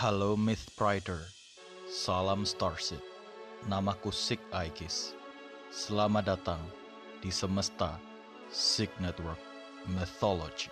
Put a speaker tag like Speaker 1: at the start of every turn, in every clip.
Speaker 1: Halo Myth Prider, salam Starship. Namaku Sig Aikis. Selamat datang di semesta Sig Network Mythology.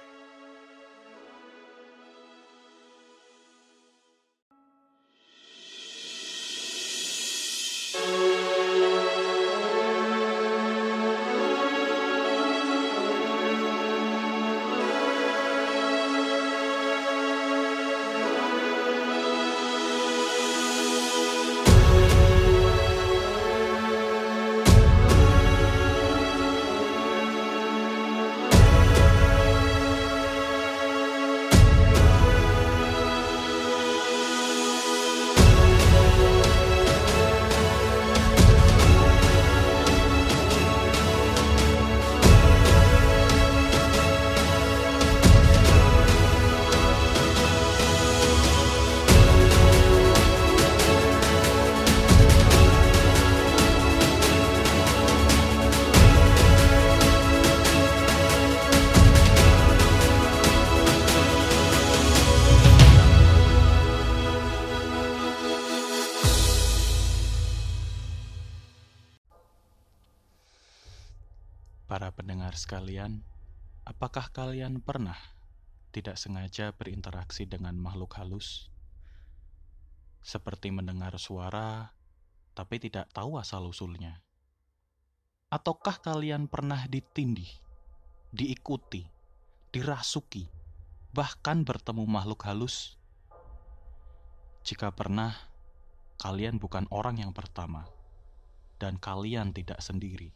Speaker 1: Para pendengar sekalian, apakah kalian pernah tidak sengaja berinteraksi dengan makhluk halus? Seperti mendengar suara, tapi tidak tahu asal-usulnya. Ataukah kalian pernah ditindih, diikuti, dirasuki, bahkan bertemu makhluk halus? Jika pernah, kalian bukan orang yang pertama, dan kalian tidak sendiri.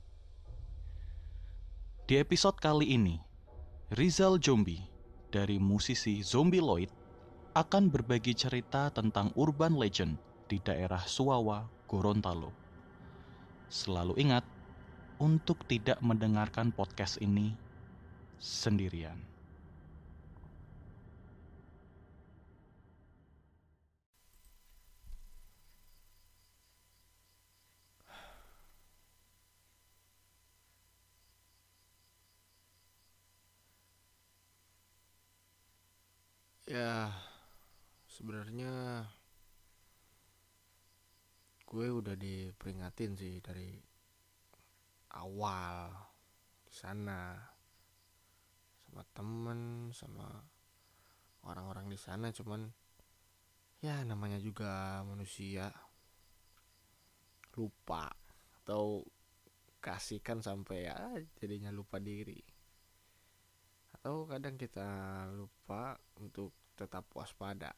Speaker 1: Di episode kali ini, Rizal Zombie dari musisi Zombieloid akan berbagi cerita tentang urban legend di daerah Suwawa, Gorontalo. Selalu ingat untuk tidak mendengarkan podcast ini sendirian.
Speaker 2: Ya, sebenarnya gue udah diperingatin sih dari awal di sana sama temen, sama orang-orang di sana. Cuman ya namanya juga manusia, lupa atau kasihkan sampai ya jadinya lupa diri. Atau kadang kita lupa untuk tetap waspada.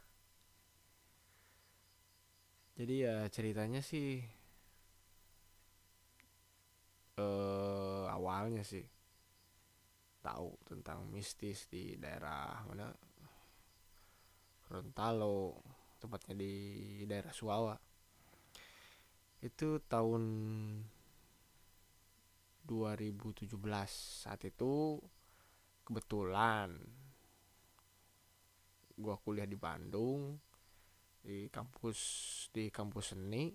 Speaker 2: Jadi ya ceritanya sih awalnya sih tahu tentang mistis di daerah mana, Gorontalo, tepatnya di daerah Suwawa. Itu tahun 2017. Saat itu kebetulan gua kuliah di Bandung, di kampus seni,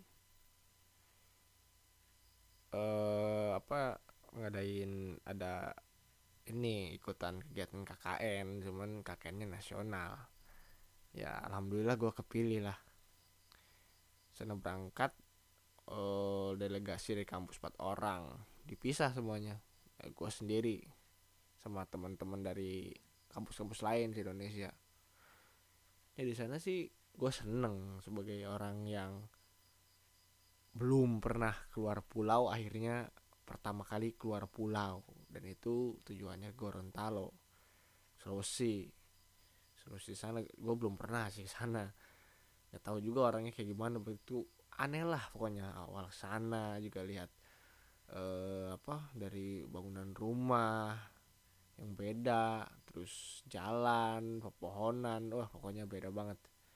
Speaker 2: ngadain ada ini ikutan kegiatan KKN, cuman KKN-nya nasional. Ya alhamdulillah gue kepilih lah. Sana berangkat delegasi dari kampus 4 orang, dipisah semuanya. Ya, gue sendiri sama teman-teman dari kampus-kampus lain di Indonesia. Ya di sana sih gue seneng sebagai orang yang belum pernah keluar pulau, akhirnya pertama kali keluar pulau, dan itu tujuannya Gorontalo, Sulawesi sana. Gue belum pernah sih sana, nggak tahu juga orangnya kayak gimana. Begitu aneh lah pokoknya. Awal sana juga lihat dari bangunan rumah yang beda, terus jalan, pepohonan, wah pokoknya beda banget.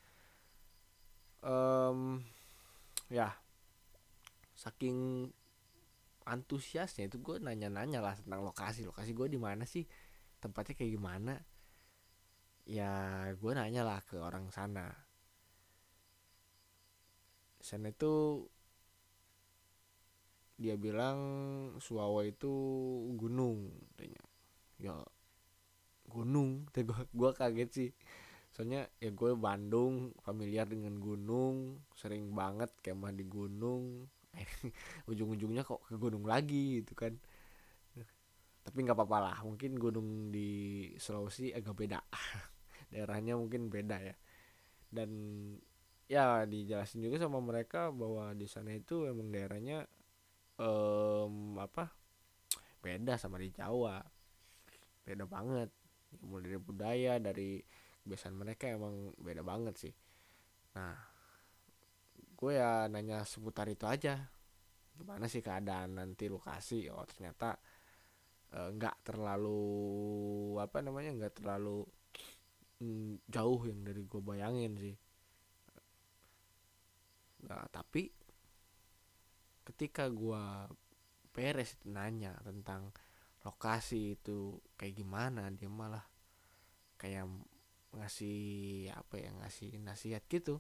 Speaker 2: Ya saking antusiasnya itu gue nanya-nanya lah tentang lokasi gue di mana sih, tempatnya kayak gimana. Ya gue nanya lah ke orang sana itu dia bilang Suwawa itu gunung katanya. Ya gunung, gue kaget sih. Soalnya ya gue Bandung, familiar dengan gunung, sering banget kemah di gunung. Ujung-ujungnya kok ke gunung lagi gitu kan. Tapi nggak apa-apa lah, mungkin gunung di Sulawesi agak beda. Daerahnya mungkin beda ya. Dan ya dijelasin juga sama mereka bahwa di sana itu emang daerahnya apa, beda sama di Jawa, beda banget. Mulai dari budaya, dari kebiasaan mereka emang beda banget sih. Nah, gue ya nanya seputar itu aja, gimana sih keadaan nanti lokasi. Oh ternyata nggak terlalu apa namanya, nggak terlalu jauh yang dari gue bayangin sih. Nah, tapi ketika gue beres itu nanya tentang lokasi itu kayak gimana, dia malah kayak ngasih apa ya, ngasih nasihat gitu.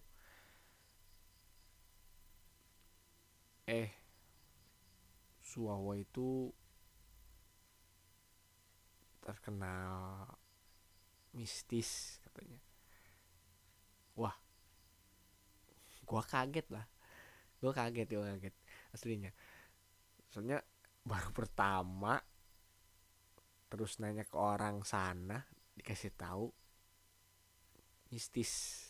Speaker 2: Suwawa itu terkenal mistis katanya. Wah, gua kaget lah, gua kaget aslinya. Soalnya baru pertama terus nanya ke orang sana dikasih tahu mistis.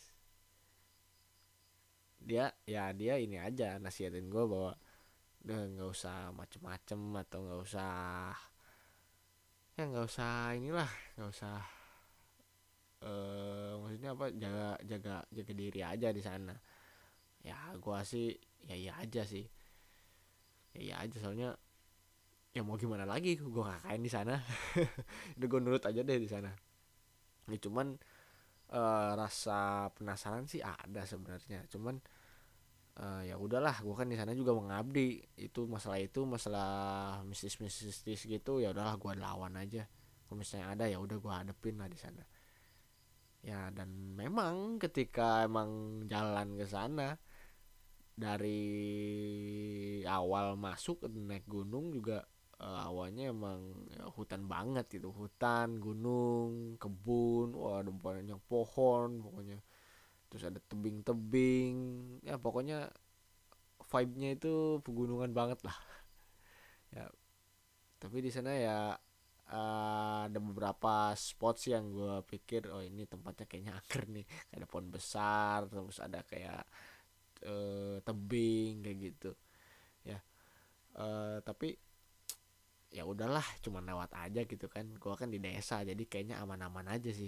Speaker 2: Dia ini aja nasihatin gue bahwa udah nggak usah macem-macem, atau nggak usah inilah, nggak usah maksudnya apa, jaga jaga jaga diri aja di sana. Ya gua sih ya iya aja sih, ya iya aja, soalnya ya mau gimana lagi, gua ngakain di sana. Udah gua nurut aja deh di sana. Ya cuman rasa penasaran sih ada sebenarnya, cuman ya udahlah, gua kan di sana juga mengabdi. Itu masalah mistis gitu, ya udahlah gua lawan aja. Kalau misalnya ada ya udah gua hadepin lah di sana. Ya dan memang ketika emang jalan ke sana, dari awal masuk naik gunung juga, awalnya emang ya, hutan banget gitu, hutan, gunung, kebun, wah ada banyak pohon pokoknya. Terus ada tebing-tebing, ya pokoknya vibe-nya itu pegunungan banget lah. Ya, tapi di sana ya ada beberapa spot sih yang gue pikir oh ini tempatnya kayaknya angker nih. Ada pohon besar, terus ada kayak tebing kayak gitu ya. Tapi ya udahlah, cuma lewat aja gitu kan, gua kan di desa jadi kayaknya aman-aman aja sih.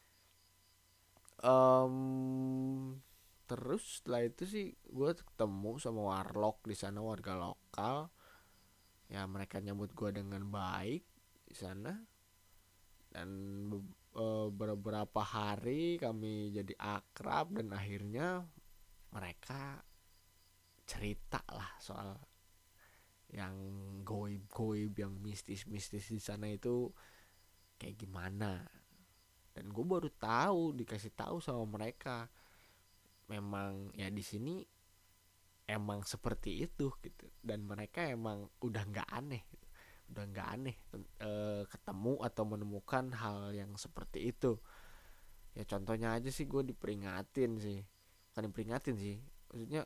Speaker 2: Terus setelah itu sih gua ketemu sama warlock di sana, warga lokal. Ya mereka nyambut gua dengan baik di sana. Dan beberapa hari kami jadi akrab, dan akhirnya mereka cerita lah soal yang goib-goib, yang mistis-mistis di sana itu kayak gimana. Dan gue baru tahu, dikasih tahu sama mereka, memang ya di sini emang seperti itu gitu. Dan mereka emang udah nggak aneh gitu. Udah nggak aneh ketemu atau menemukan hal yang seperti itu. Ya contohnya aja sih, gue diperingatin sih, bukan diperingatin sih, maksudnya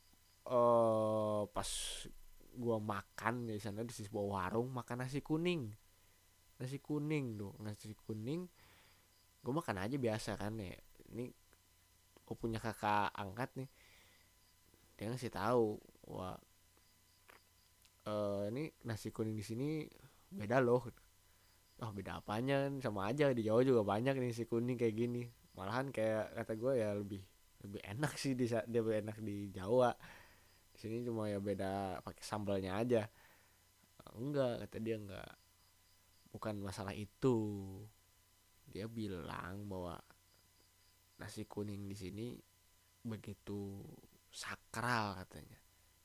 Speaker 2: pas gue makan di sana di sebuah warung, makan nasi kuning tuh, nasi kuning. Gue makan aja biasa kan ya, ini gue punya kakak angkat nih, dia ngasih tahu, wah ini nasi kuning di sini beda loh. Oh beda apanya, sama aja di Jawa juga banyak nih nasi kuning kayak gini. Malahan kayak kata gue ya lebih lebih enak sih dia lebih enak di Jawa. Di sini cuma ya beda pakai sambalnya aja. Enggak, kata dia enggak, bukan masalah itu. Dia bilang bahwa nasi kuning di sini begitu sakral katanya.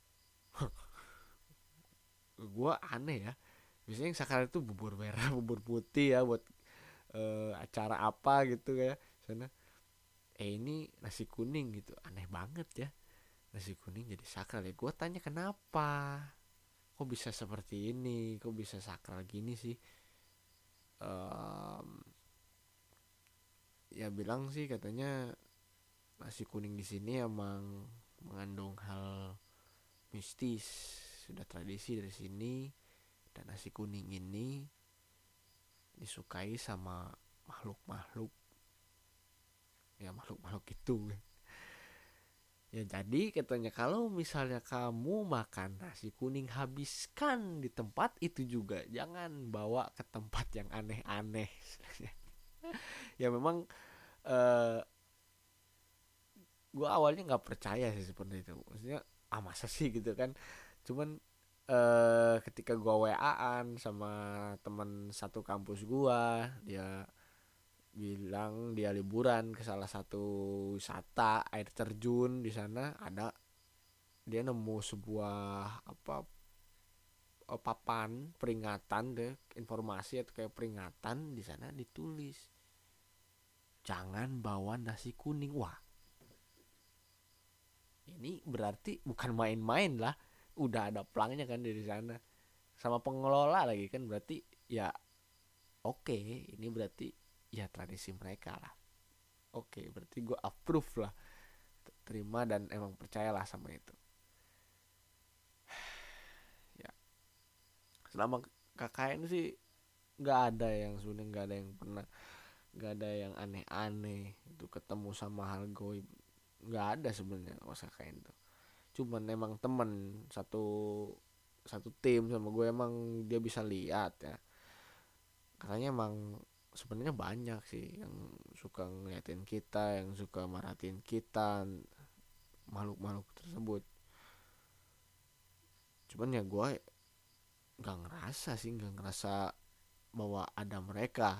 Speaker 2: Gue aneh ya, biasanya yang sakral itu bubur merah bubur putih ya buat acara apa gitu ya sana. Ini nasi kuning gitu, aneh banget ya, nasi kuning jadi sakral. Ya gue tanya kenapa, kok bisa seperti ini, kok bisa sakral gini sih. Ehm, ya bilang sih katanya nasi kuning di sini emang mengandung hal mistis, sudah tradisi dari sini, dan nasi kuning ini disukai sama makhluk-makhluk, ya makhluk-makhluk itu. Ya jadi katanya kalau misalnya kamu makan nasi kuning, habiskan di tempat itu juga, jangan bawa ke tempat yang aneh-aneh. Ya memang eh gue awalnya nggak percaya sih seperti itu, maksudnya masa sih gitu kan. Cuman ketika gue WA-an sama teman satu kampus gue, dia bilang dia liburan ke salah satu wisata air terjun di sana, ada dia nemu sebuah apa papan peringatan deh, informasi atau kayak peringatan, di sana ditulis jangan bawa nasi kuning. Wah, ini berarti bukan main-main lah, udah ada pelangnya kan dari sana sama pengelola lagi kan, berarti ya oke, ini berarti ya tradisi mereka lah. Oke, berarti gue approve lah, terima dan emang percayalah sama itu. Ya, selama KKN sih nggak ada yang sebenarnya, nggak ada yang pernah, nggak ada yang aneh-aneh itu ketemu sama hal goib, nggak ada sebenarnya pas KKN tuh. Cuman emang temen satu satu tim sama gue, emang dia bisa lihat ya, katanya emang sebenarnya banyak sih yang suka ngeliatin kita, yang suka maratin kita, makhluk-makhluk tersebut. Cuman ya gue nggak ngerasa sih, nggak ngerasa bahwa ada mereka.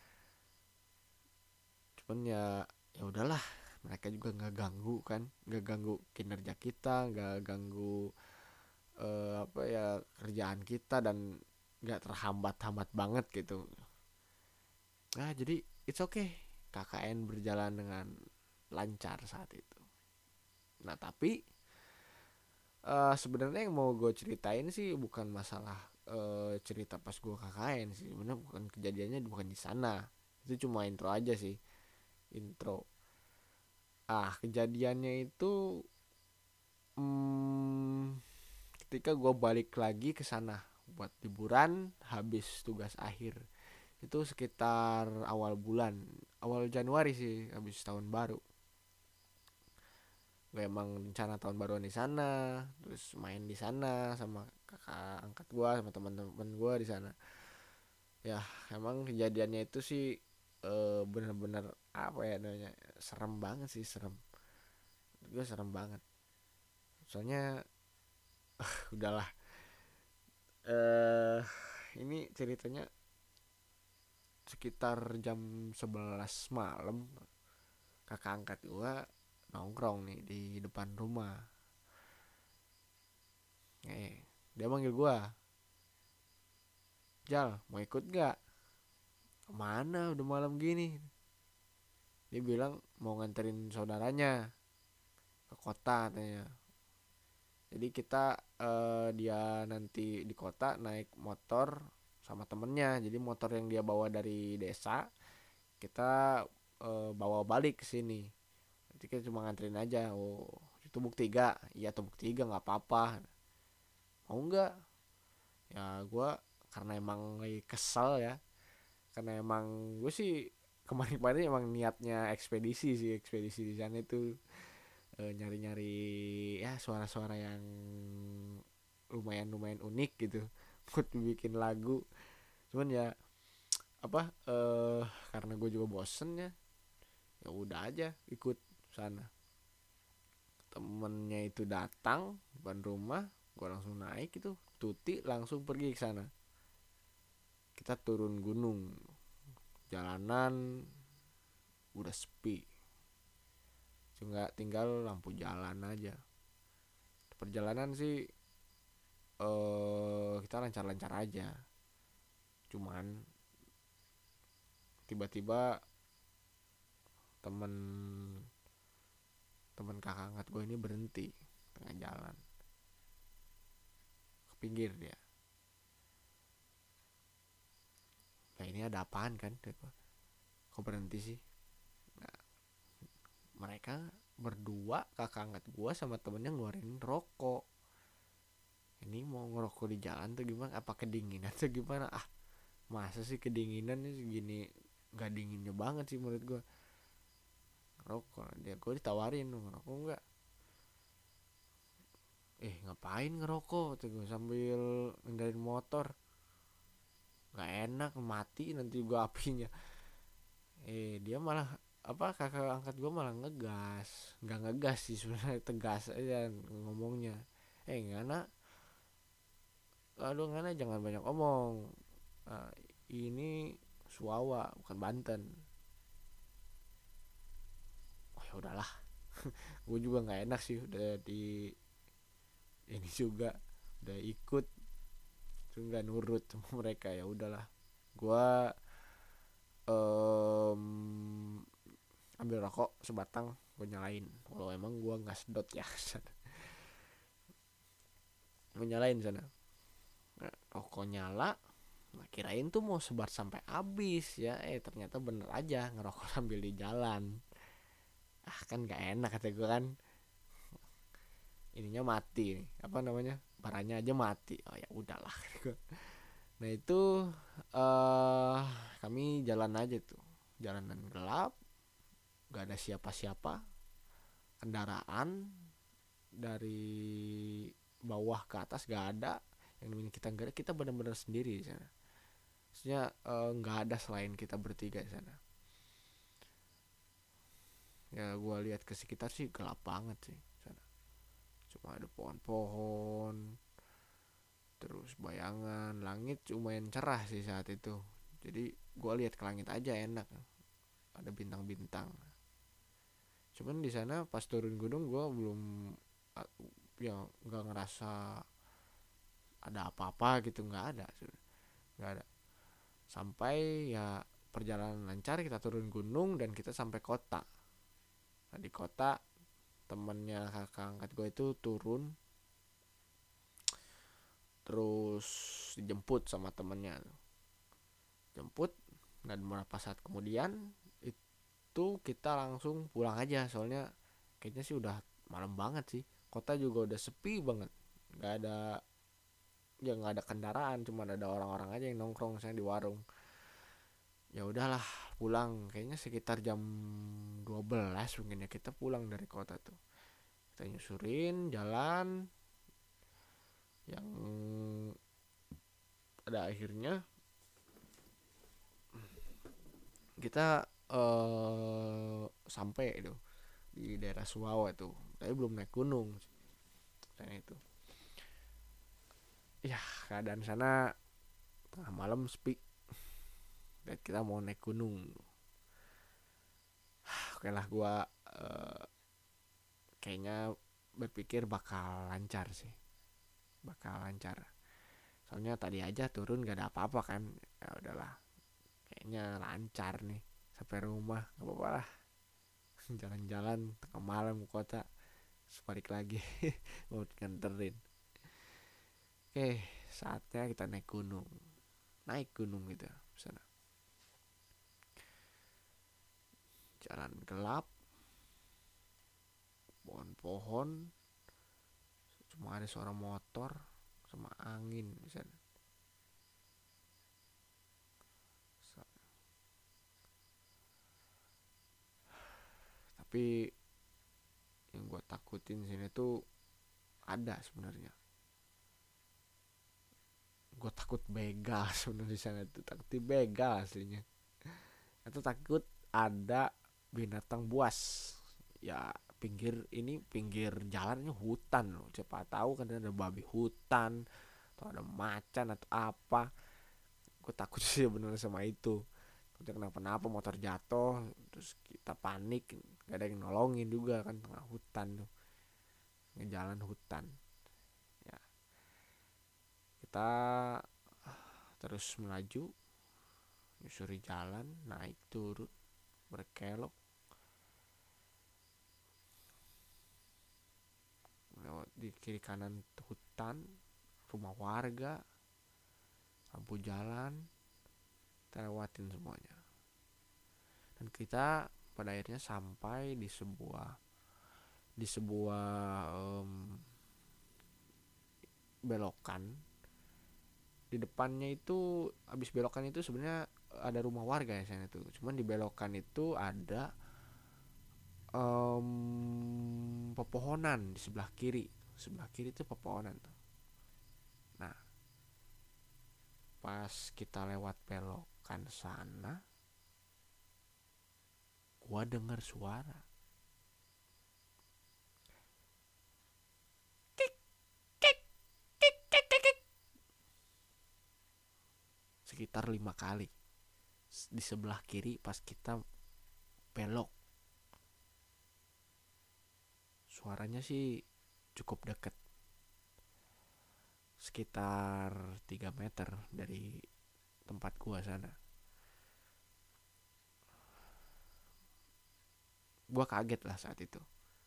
Speaker 2: Cuman ya ya udahlah, mereka juga nggak ganggu kan, nggak ganggu kinerja kita, nggak ganggu apa ya kerjaan kita, dan nggak terhambat-hambat banget gitu. Nah jadi it's okay, KKN berjalan dengan lancar saat itu. Nah tapi sebenarnya yang mau gue ceritain sih bukan masalah cerita pas gue KKN sih, sebenarnya bukan kejadiannya, bukan di sana. Itu cuma intro aja sih, intro. Kejadiannya itu hmm, ketika gue balik lagi ke sana buat liburan habis tugas akhir. Itu sekitar awal Januari sih, habis tahun baru. Gue emang rencana tahun baruan di sana, terus main di sana sama kakak angkat gue sama teman-teman gue di sana. Ya emang kejadiannya itu sih bener-bener apa ya namanya, serem banget sih, serem. Gue serem banget. Soalnya udahlah, eh ini ceritanya sekitar jam 11 malam, kakak angkat gue nongkrong nih di depan rumah. Dia manggil gue, Jal mau ikut gak? Kemana udah malam gini? Dia bilang mau nganterin saudaranya ke kota katanya. Jadi kita dia nanti di kota naik motor sama temennya. Jadi motor yang dia bawa dari desa kita bawa balik ke sini. Jadi kita cuma nganterin aja. Oh, itu bukti tiga. Iya tuh bukti tiga, nggak apa-apa. Mau nggak? Ya gue karena emang lagi kesel ya. Karena emang gue sih kemarin-kemarin emang niatnya ekspedisi sih, ekspedisi di sana itu nyari-nyari ya suara-suara yang lumayan unik gitu buat bikin lagu. Cuman ya apa karena gue juga bosen ya, ya udah aja ikut sana. Temennya itu datang depan rumah, gue langsung naik itu tuti langsung pergi ke sana. Kita turun gunung, jalanan udah sepi, cuma tinggal lampu jalan aja. Perjalanan sih kita lancar-lancar aja. Cuman tiba-tiba temen temen kakak angkat gue ini berhenti tengah jalan, ke pinggir dia. Nah ini ada apaan kan? Kok berhenti sih? mereka berdua, kakak angkat gue sama temennya ngeluarin rokok. Ini mau ngerokok di jalan tuh gimana, apa kedinginan tuh gimana? Masa sih kedinginan nih segini, nggak dinginnya banget sih menurut gue rokok. Gue ditawarin, ngerokok nggak? Ngapain ngerokok tuh gue sambil ngendarin motor, nggak enak, mati nanti gue apinya. Dia malah kakak angkat gue malah ngegas, nggak ngegas sih sebenarnya, tegas aja ngomongnya. Ngana, aduh ngana jangan banyak omong. Ini Suawa bukan Banten. Ya udahlah, gue juga nggak enak sih, udah di ini juga udah ikut tuh nggak nurut sama mereka. Ya udahlah, gue ambil rokok sebatang, gue nyalain. Kalau emang gue nggak sedot ya, gue nyalain sana. Rokok nyala, nah, kirain tuh mau sebar sampai habis ya. Ternyata bener aja ngerokok sambil di jalan. Kan nggak enak kata gue kan, ininya mati nih, baranya aja mati. Ya udahlah. Nah itu kami jalan aja tuh, jalanan gelap, gak ada siapa-siapa, kendaraan dari bawah ke atas gak ada yang nemenin kita, gak ada, kita benar-benar sendiri di sana. Maksudnya nggak ada selain kita bertiga di sana. Ya gue lihat ke sekitar sih gelap banget sih sana. Cuma ada pohon-pohon, terus bayangan langit lumayan cerah sih saat itu. Jadi gue lihat ke langit aja enak, ada bintang-bintang. Cuman di sana pas turun gunung gue belum ya nggak ngerasa ada apa-apa gitu, nggak ada sampai ya perjalanan lancar, kita turun gunung dan kita sampai kota. Nah di kota temennya kakak angkat gue itu turun, terus dijemput sama temennya, jemput, dan beberapa saat kemudian itu kita langsung pulang aja. Soalnya kayaknya sih udah malam banget sih, kota juga udah sepi banget, nggak ada nggak ada kendaraan, cuma ada orang-orang aja yang nongkrong misalnya di warung. Ya udahlah, pulang kayaknya sekitar jam 12 mungkin ya kita pulang dari kota tuh. Kita nyusurin jalan yang pada akhirnya kita sampai itu di daerah Suwawa tuh, tapi belum naik gunung. Nah itu ya, keadaan sana tengah malam sepi dan kita mau naik gunung. Oke lah, gue kayaknya berpikir bakal lancar sih, bakal lancar. Soalnya tadi aja turun gak ada apa-apa kan. Ya udahlah, kayaknya lancar nih sampai rumah, nggak apa-apa lah. Jalan-jalan tengah malam ke kota, sebalik lagi mau nganterin. Oke, saatnya kita naik gunung gitu sana. Jalan gelap, pohon-pohon, cuma ada suara motor sama angin di sana. Tapi yang gue takutin sini tuh ada sebenarnya. Gue takut begal sebenarnya di sana tuh, takut begal aslinya. Atau takut ada binatang buas. Ya pinggir jalannya hutan loh. Siapa tahu kan ada babi hutan atau ada macan atau apa. Gue takut sih bener sama itu. Takutnya kenapa-napa, motor jatuh, terus kita panik, gak ada yang nolongin juga kan, tengah hutan tuh, ngejalan hutan. Ya kita terus melaju, nyusuri jalan, naik turun berkelok, lewat di kiri kanan hutan, rumah warga, lampu jalan, kita lewatin semuanya. Dan kita pada akhirnya sampai di sebuah belokan. Di depannya itu, habis belokan itu sebenarnya ada rumah warga ya sana tuh. Cuman di belokan itu ada pepohonan di sebelah kiri. Sebelah kiri itu pepohonan tuh. Nah, pas kita lewat belokan sana, gua dengar suara kik kik kik kik kik, kik. Sekitar 5 kali di sebelah kiri pas kita belok. Suaranya sih cukup deket, sekitar 3 meter dari tempat gua sana. Gua kaget lah saat itu,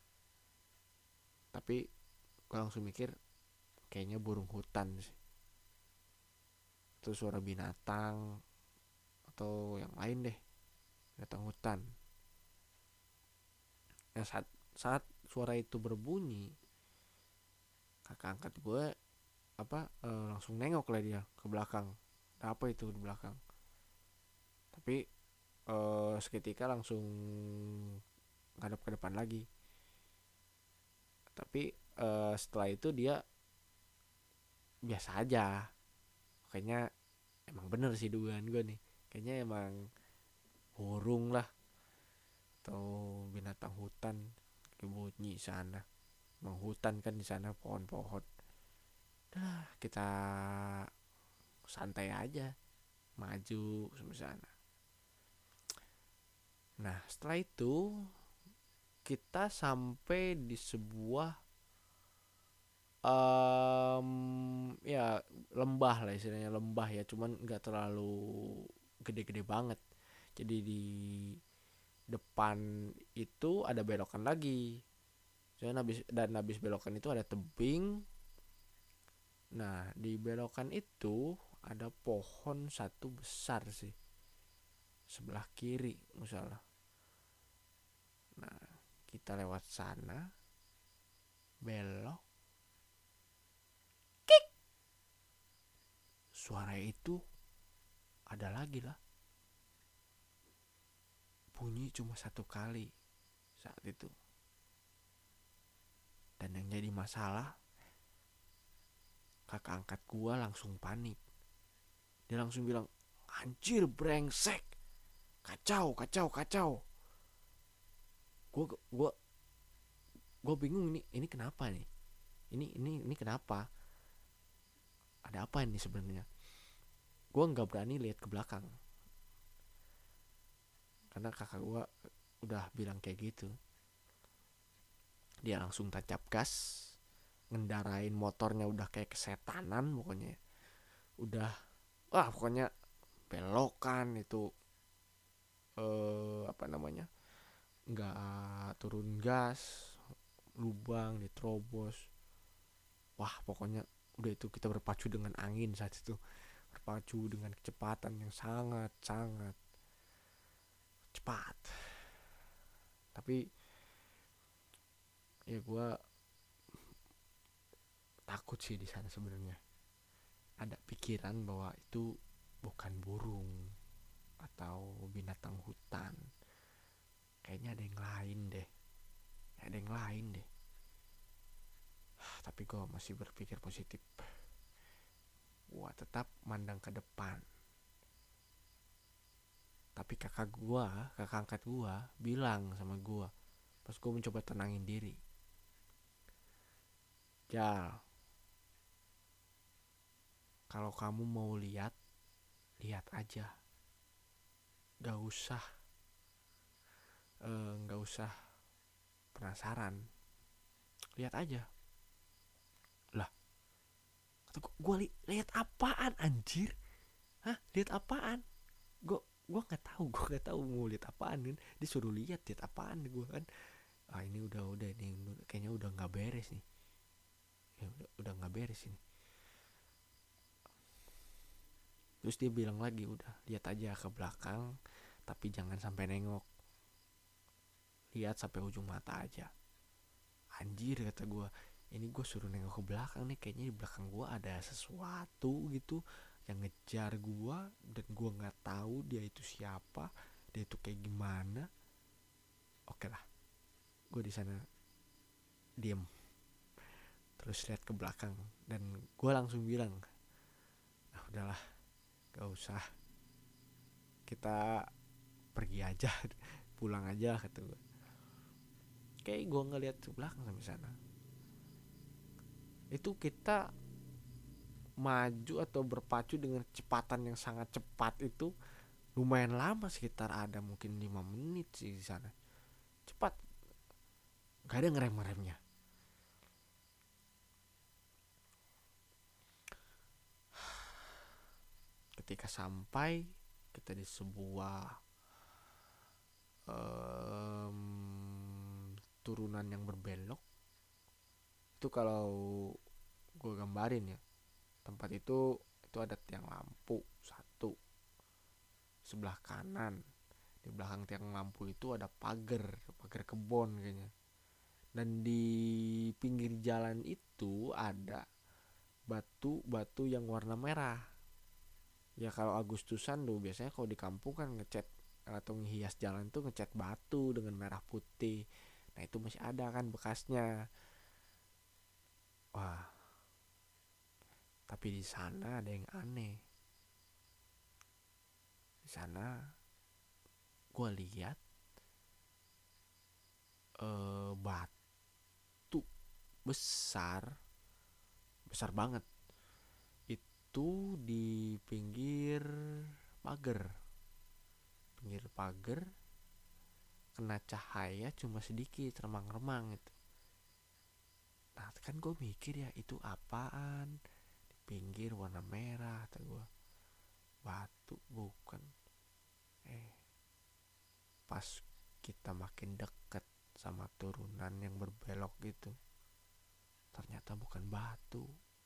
Speaker 2: tapi gua langsung mikir kayaknya burung hutan sih, itu suara binatang atau yang lain deh, binatang hutan. Nah, saat suara itu berbunyi, kakak angkat gue langsung nengok lah dia ke belakang, ada apa itu di belakang. Tapi seketika langsung ngadep ke depan lagi. Tapi setelah itu dia biasa aja. Kayaknya emang bener sih dugaan gue nih, kayaknya emang burung lah atau binatang hutan bunyi sana. Emang hutan kan di sana pohon-pohon. Dah, kita santai aja maju sampai sana. Nah, setelah itu kita sampai di sebuah ya lembah lah istilahnya, lembah ya, cuman nggak terlalu gede-gede banget. Jadi di depan itu ada belokan lagi. Dan habis belokan itu ada tebing. Nah, di belokan itu ada pohon satu besar sih, sebelah kiri misalnya. Nah, kita lewat sana, belok, kik. Suara itu ada lagi lah. Bunyi cuma 1 kali saat itu. Dan yang jadi masalah, kakak angkat gua langsung panik. Dia langsung bilang, anjir brengsek, kacau kacau kacau. Gua gue bingung, ini kenapa nih, ini kenapa, ada apa ini sebenarnya. Gue nggak berani lihat ke belakang karena kakak gue udah bilang kayak gitu. Dia langsung tancap gas, ngendarain motornya udah kayak kesetanan pokoknya. Udah, pokoknya belokan itu apa namanya, nggak turun gas, lubang diterobos. Wah, pokoknya udah itu kita berpacu dengan angin saat itu, berpacu dengan kecepatan yang sangat sangat cepat. Tapi ya gue takut sih di sana sebenarnya. Ada pikiran bahwa itu bukan burung atau binatang hutan. Kayaknya ada yang lain deh. Ada yang lain deh. Tapi gue masih berpikir positif. Gue tetap mandang ke depan. Tapi kakak angkat gue bilang sama gue pas gue mencoba tenangin diri, Jal, kalau kamu mau lihat, lihat aja. Gak usah Gak usah penasaran, lihat aja. Lah, kata gue lihat apaan anjir? Hah, lihat apaan? Gue nggak tahu mau lihat apaan kan. Disuruh lihat apaan gue kan. Ini udah ini kayaknya udah nggak beres nih. Ya udah nggak beres ini. Terus dia bilang lagi, udah lihat aja ke belakang tapi jangan sampai nengok. lihat sampai ujung mata aja. Anjir, kata gue, ini gue suruh nengok ke belakang nih, kayaknya di belakang gue ada sesuatu gitu yang ngejar gue, dan gue nggak tahu dia itu siapa, dia itu kayak gimana. Oke lah, gue di sana diem, terus lihat ke belakang, dan gue langsung bilang, ah udahlah, gak usah, kita pergi aja, pulang aja, kata gue. Kayak gue ngeliat ke belakang sampai sana, itu kita maju atau berpacu dengan kecepatan yang sangat cepat, itu lumayan lama, sekitar ada mungkin 5 menit sih di sana. Cepat, gak ada ngerem-ngeremnya. Ketika sampai kita di sebuah turunan yang berbelok, itu kalau gue gambarin ya, tempat itu ada tiang lampu satu sebelah kanan. Di belakang tiang lampu itu ada pagar kebon kayaknya. Dan di pinggir jalan itu ada batu-batu yang warna merah. Ya kalau Agustusan tuh biasanya kalau di kampung kan ngecat atau ngehias jalan tuh ngecat batu dengan merah putih. Nah itu masih ada kan bekasnya. Wah, tapi di sana ada yang aneh. Di sana gue lihat batu besar, besar banget. Itu di pagar, pinggir pagar, kena cahaya cuma sedikit, remang-remang itu. Nah kan gue mikir ya, itu apaan di pinggir warna merah, kata gue. Batu bukan. Pas kita makin deket sama turunan yang berbelok gitu, ternyata bukan batu.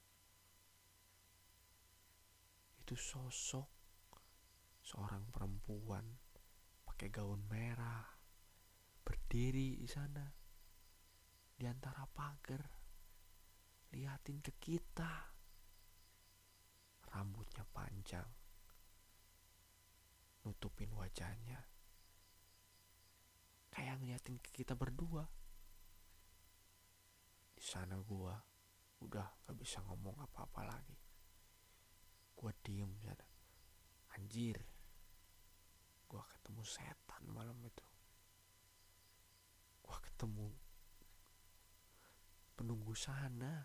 Speaker 2: Itu sosok seorang perempuan pakai gaun merah, berdiri di sana di antara pagar, liatin ke kita. Rambutnya panjang, nutupin wajahnya, kayak ngeliatin ke kita berdua. Di sana gua udah gak bisa ngomong apa-apa lagi. Gua diem sana. Anjir, gua ketemu setan malam itu. Gua ketemu penunggu sana.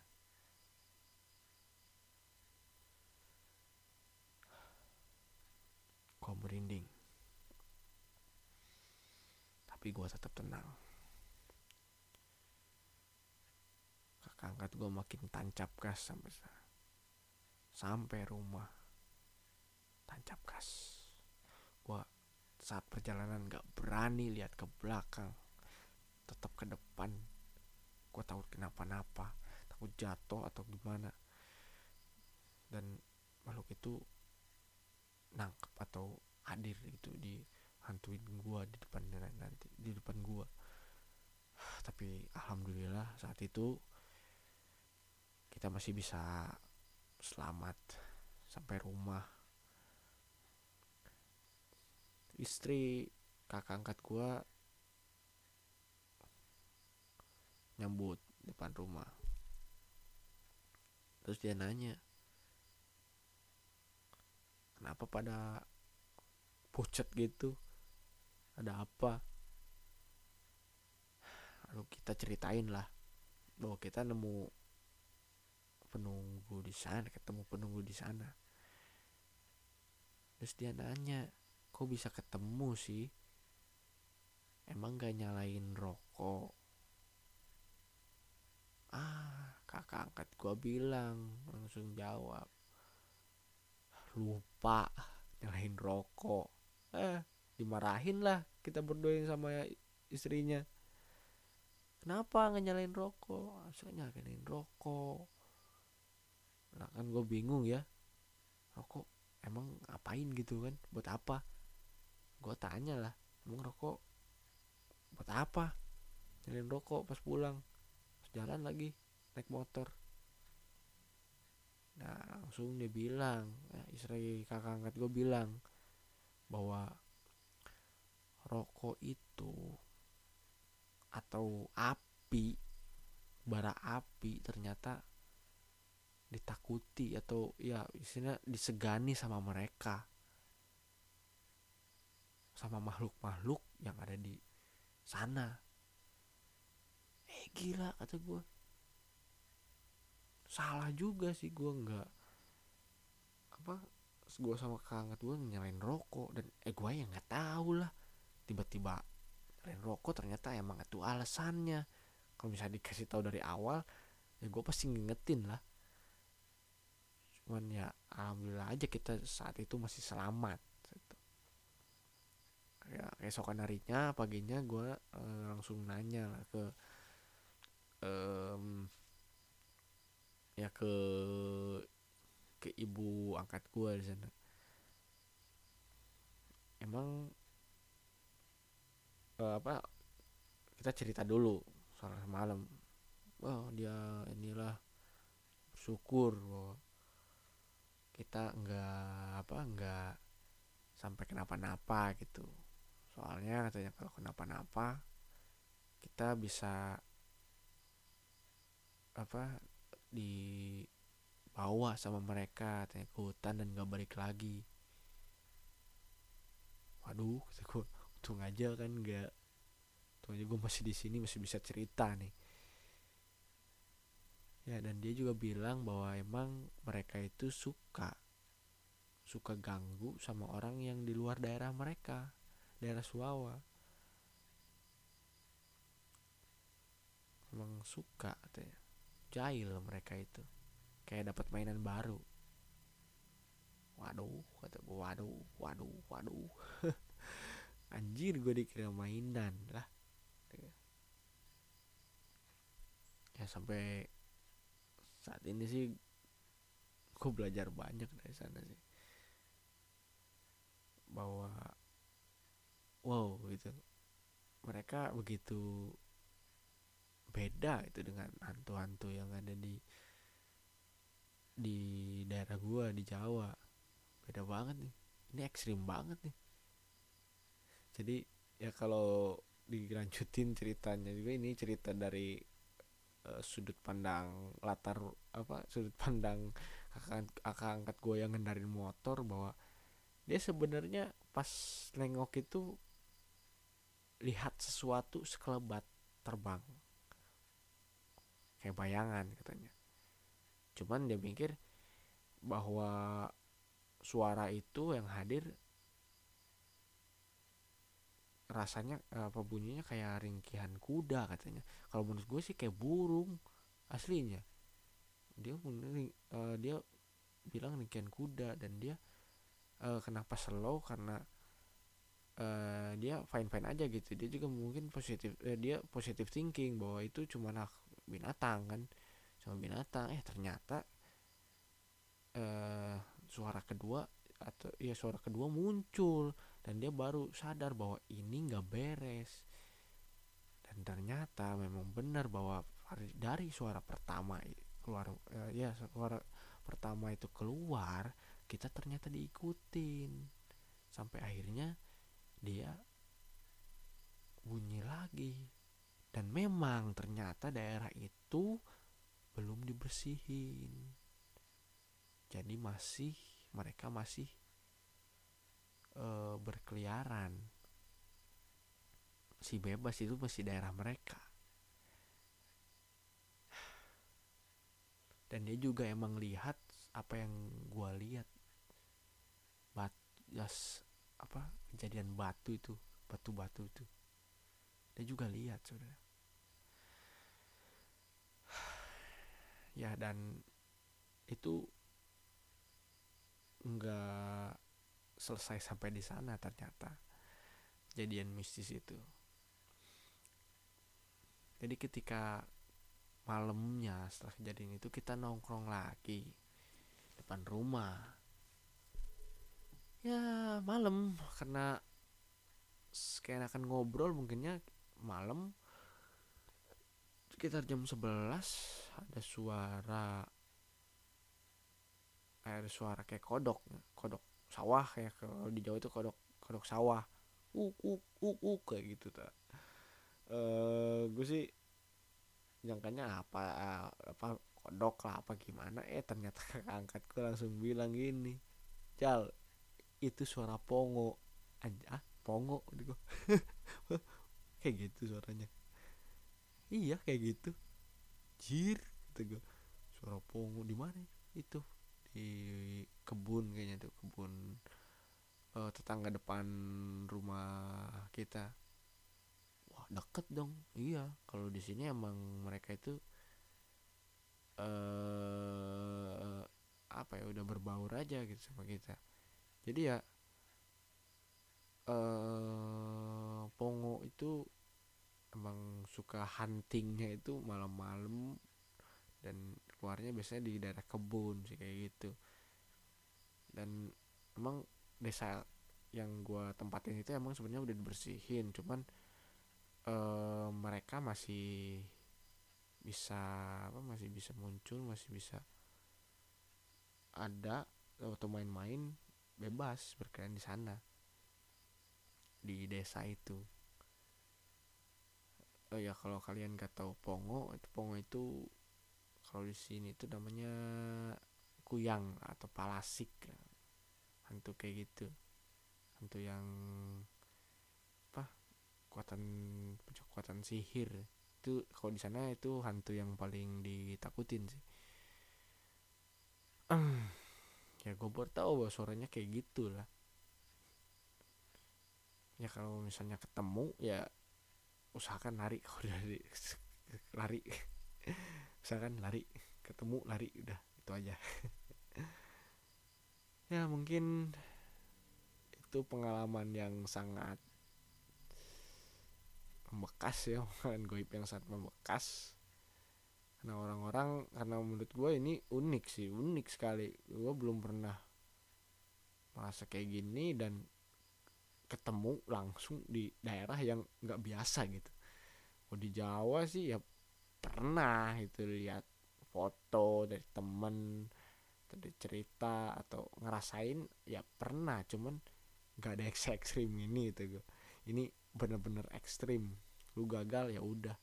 Speaker 2: Gua merinding, tapi gua tetap tenang. Kakak angkat gua makin tancap gas sampai rumah. Tancap gas. Gua saat perjalanan gak berani lihat ke belakang, tetap ke depan. Gua takut kenapa-napa, takut jatuh atau gimana. Dan makhluk itu nangkep atau hadir gitu, di hantuin gua di depan nanti di depan gua. Tapi alhamdulillah saat itu kita masih bisa selamat sampai rumah. Istri kakak angkat gua nyambut depan rumah. Terus dia nanya, kenapa pada pucat gitu, ada apa? Lalu kita ceritain lah bahwa kita nemu penunggu di sana, ketemu penunggu di sana. Terus dia nanya, kok bisa ketemu sih? Emang gak nyalain rokok? Kakak angkat gua bilang, langsung jawab, lupa nyalain rokok. Dimarahin lah kita berdua sama istrinya. Kenapa gak nyalain rokok? Asalnya nyalain rokok. Nah kan gue bingung ya, rokok emang ngapain gitu kan, buat apa? Gue tanya lah, emang rokok buat apa nyalain rokok pas pulang, pas jalan lagi naik motor. Nah langsung dia bilang, istri kakak angkat gue bilang bahwa rokok itu atau api, bara api ternyata ditakuti atau ya istilahnya disegani sama mereka, sama makhluk-makhluk yang ada di sana. Gila kata gue, salah juga sih gue nggak apa, gue sama kakak angkat gue nyalain rokok dan gue yang nggak tahu lah, tiba-tiba nyalain rokok ternyata emang itu alasannya. Kalau misalnya dikasih tahu dari awal ya gue pasti ngingetin lah. Cuman ya alhamdulillah aja kita saat itu masih selamat gitu. Ya keesokan harinya paginya gue langsung nanya lah ke em, ya ke ibu angkat gue di sana. Emang apa, kita cerita dulu soal semalam. Oh dia inilah bersyukur bahwa kita nggak sampai kenapa-napa gitu. Soalnya katanya kalau kenapa-napa kita bisa apa dibawa sama mereka katanya ke hutan dan nggak balik lagi. Waduh, kata gue, untung aja kan nggak, untung aja gue masih di sini masih bisa cerita nih. Ya dan dia juga bilang bahwa emang mereka itu suka ganggu sama orang yang di luar daerah mereka, daerah Suawa. Emang suka katanya, jahil mereka itu, kayak dapat mainan baru. Waduh kata gue, waduh anjir gue dikira mainan lah. Ya sampai saat ini sih gue belajar banyak dari sana sih, bahwa wow gitu, mereka begitu beda itu dengan hantu-hantu yang ada di daerah gua di Jawa. Beda banget nih, ini ekstrim banget nih. Jadi ya kalau dilanjutin ceritanya juga, ini cerita dari sudut pandang latar apa, sudut pandang kakak angkat gue yang ngendarin motor, bahwa dia sebenarnya pas nengok itu lihat sesuatu sekelebat terbang kayak bayangan katanya. Cuman dia mikir bahwa suara itu yang hadir rasanya apa, bunyinya kayak ringkihan kuda katanya. Kalau menurut gue sih kayak burung aslinya. Dia bilang ringkihan kuda, dan dia kenapa slow karena dia fine fine aja gitu. Dia juga mungkin dia positif thinking bahwa itu cuma binatang kan, cuma binatang. Ternyata suara kedua atau ya suara kedua muncul, dan dia baru sadar bahwa ini nggak beres. Dan ternyata memang benar bahwa dari suara pertama keluar, suara pertama itu keluar, kita ternyata diikutin sampai akhirnya dia bunyi lagi. Dan memang ternyata daerah itu belum dibersihin, jadi mereka masih berkeliaran, masih bebas, itu masih daerah mereka. Dan dia juga emang lihat apa yang gua lihat, kejadian batu itu, batu-batu itu dia juga lihat saudara. Ya dan itu nggak selesai sampai di sana, ternyata kejadian mistis itu. Jadi ketika malamnya setelah kejadian itu kita nongkrong lagi depan rumah. Ya malam, karena kayak akan ngobrol, mungkinnya malam sekitar jam 11 ada suara kayak kodok sawah, kayak kalau di Jawa itu kodok sawah, kayak gitu ta. Gue sih jangkanya apa kodok lah apa gimana, ternyata kakak angkatku langsung bilang gini, Jal, itu suara pongo. Pongo gitu. Kayak gitu suaranya. Iya kayak gitu, jir gitu gue. Suara pongo di mana itu? Di kebun kayaknya tuh, kebun tetangga depan rumah kita. Wah deket dong. Iya, kalau di sini emang mereka itu apa ya, udah berbaur aja gitu sama kita. Jadi ya pongo itu emang suka huntingnya itu malam-malam, dan keluarnya biasanya di daerah kebun sih kayak gitu. Dan emang desa yang gua tempatin itu emang sebenarnya udah dibersihin, cuman mereka masih bisa masih bisa muncul, masih bisa ada atau main-main bebas berkeliaran di sana, di desa itu. Ya kalau kalian gak tahu pongo itu kalau di sini itu namanya kuyang atau palasik, hantu kayak gitu, hantu yang kekuatan sihir. Itu kalau di sana itu hantu yang paling ditakutin sih. Ya gue baru tahu bahwa suaranya kayak gitu lah. Ya kalau misalnya ketemu ya usahakan lari. Kalau dari lari usahakan lari, ketemu lari, udah itu aja. Ya mungkin itu pengalaman yang sangat membekas ya, pengalaman goib yang sangat membekas. Karena menurut gue ini unik sekali. Gue belum pernah merasa kayak gini dan ketemu langsung di daerah yang nggak biasa gitu. Kalau di Jawa sih ya pernah itu lihat foto dari temen, dari cerita atau ngerasain ya pernah, cuman nggak ada ekstrim ini gitu gue. Ini bener-bener ekstrim. Lu gagal ya udah.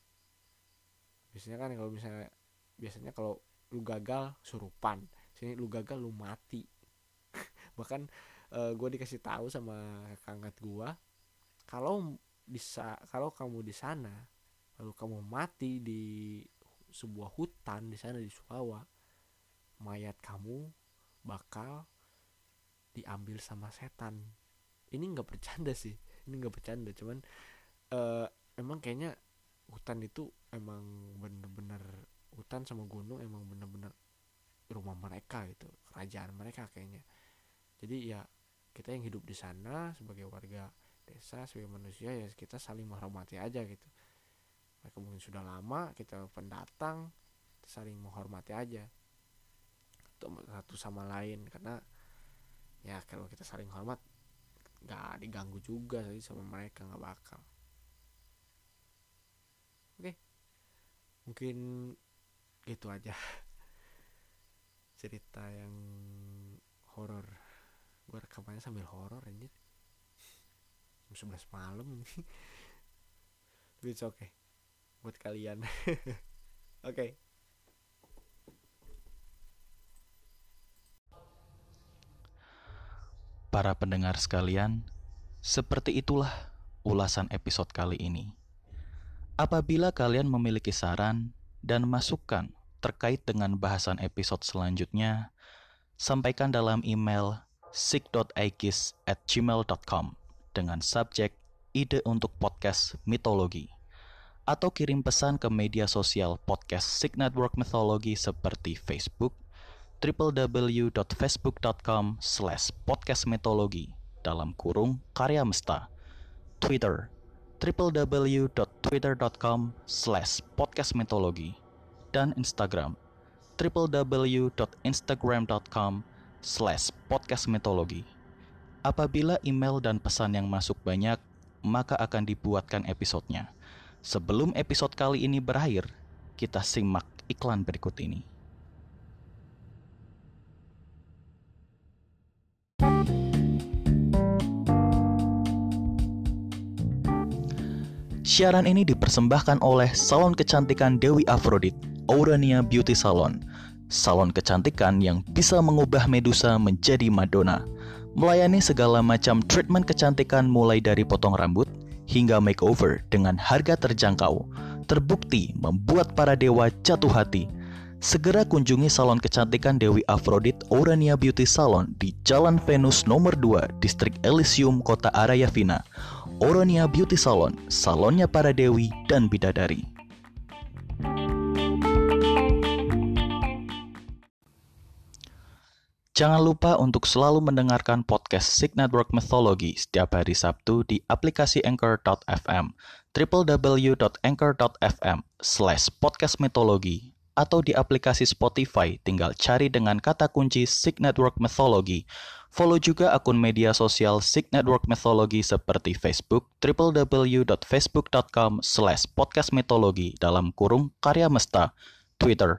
Speaker 2: Biasanya kalau lu gagal surupan, sini lu gagal lu mati. Bahkan gue dikasih tahu sama kakak gue, kalau kamu di sana lalu kamu mati di sebuah hutan di sana di Sulawa, mayat kamu bakal diambil sama setan. Ini nggak bercanda sih, cuman emang kayaknya hutan itu emang bener-bener, hutan sama gunung emang bener-bener rumah mereka gitu, kerajaan mereka kayaknya. Jadi ya kita yang hidup di sana sebagai warga desa, sebagai manusia, ya kita saling menghormati aja gitu. Mereka mungkin sudah lama, kita pendatang, kita saling menghormati aja satu sama lain. Karena ya kalau kita saling hormat nggak diganggu juga sih sama mereka, nggak bakal. Oke, mungkin gitu aja cerita yang horor. Gue rekamannya sambil horor anjir, jam 11 malam ini. Tapi it's okay buat kalian. Oke.
Speaker 1: Para pendengar sekalian, seperti itulah ulasan episode kali ini. Apabila kalian memiliki saran dan masukan terkait dengan bahasan episode selanjutnya, sampaikan dalam email sik.aikis@gmail.com dengan subjek ide untuk podcast mitologi, atau kirim pesan ke media sosial podcast Sik Network Mythology seperti Facebook, www.facebook.com/podcastmitologi (karya mesta), Twitter, www.twitter.com/podcastmitologi, dan Instagram, www.instagram.com/podcastmitologi. Apabila email dan pesan yang masuk banyak, maka akan dibuatkan episodenya. Sebelum episode kali ini berakhir, kita simak iklan berikut ini. Siaran ini dipersembahkan oleh salon kecantikan Dewi Aphrodite, Aurania Beauty Salon. Salon kecantikan yang bisa mengubah Medusa menjadi Madonna. Melayani segala macam treatment kecantikan mulai dari potong rambut hingga makeover dengan harga terjangkau. Terbukti membuat para dewa jatuh hati. Segera kunjungi salon kecantikan Dewi Aphrodite Aurania Beauty Salon di Jalan Venus nomor 2, Distrik Elysium, Kota Arayavina. Aurania Beauty Salon, salonnya para dewi dan bidadari. Jangan lupa untuk selalu mendengarkan podcast Sig Network Mythology setiap hari Sabtu di aplikasi Anchor.fm, www.anchor.fm/podcastmythology, atau di aplikasi Spotify tinggal cari dengan kata kunci Sig Network Mythology. Follow juga akun media sosial Sig Network Mythology seperti Facebook, www.facebook.com/podcastmythology (karya mesta), Twitter,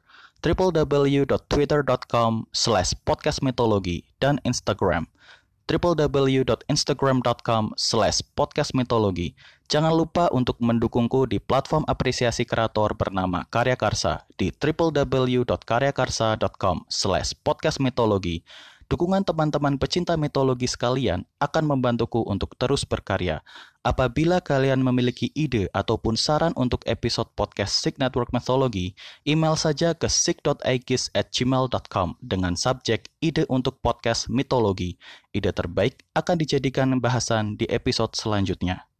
Speaker 1: www.twitter.com/podcastmythology, dan Instagram, www.instagram.com/podcastmythology. Jangan lupa untuk mendukungku di platform apresiasi kreator bernama Karya Karsa di www.karyakarsa.com/podcastmythology. Dukungan teman-teman pecinta mitologi sekalian akan membantuku untuk terus berkarya. Apabila kalian memiliki ide ataupun saran untuk episode podcast Sig Network Mythology, email saja ke sig.aikis@gmail.com dengan subjek ide untuk podcast mitologi. Ide terbaik akan dijadikan bahasan di episode selanjutnya.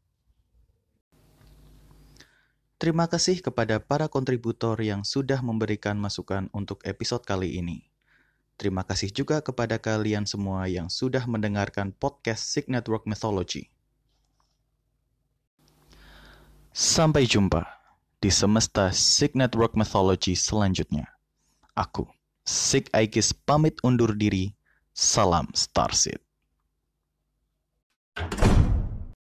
Speaker 1: Terima kasih kepada para kontributor yang sudah memberikan masukan untuk episode kali ini. Terima kasih juga kepada kalian semua yang sudah mendengarkan podcast Sig Network Mythology. Sampai jumpa di semesta Sig Network Mythology selanjutnya. Aku, Sig Aikis, pamit undur diri. Salam Starseed.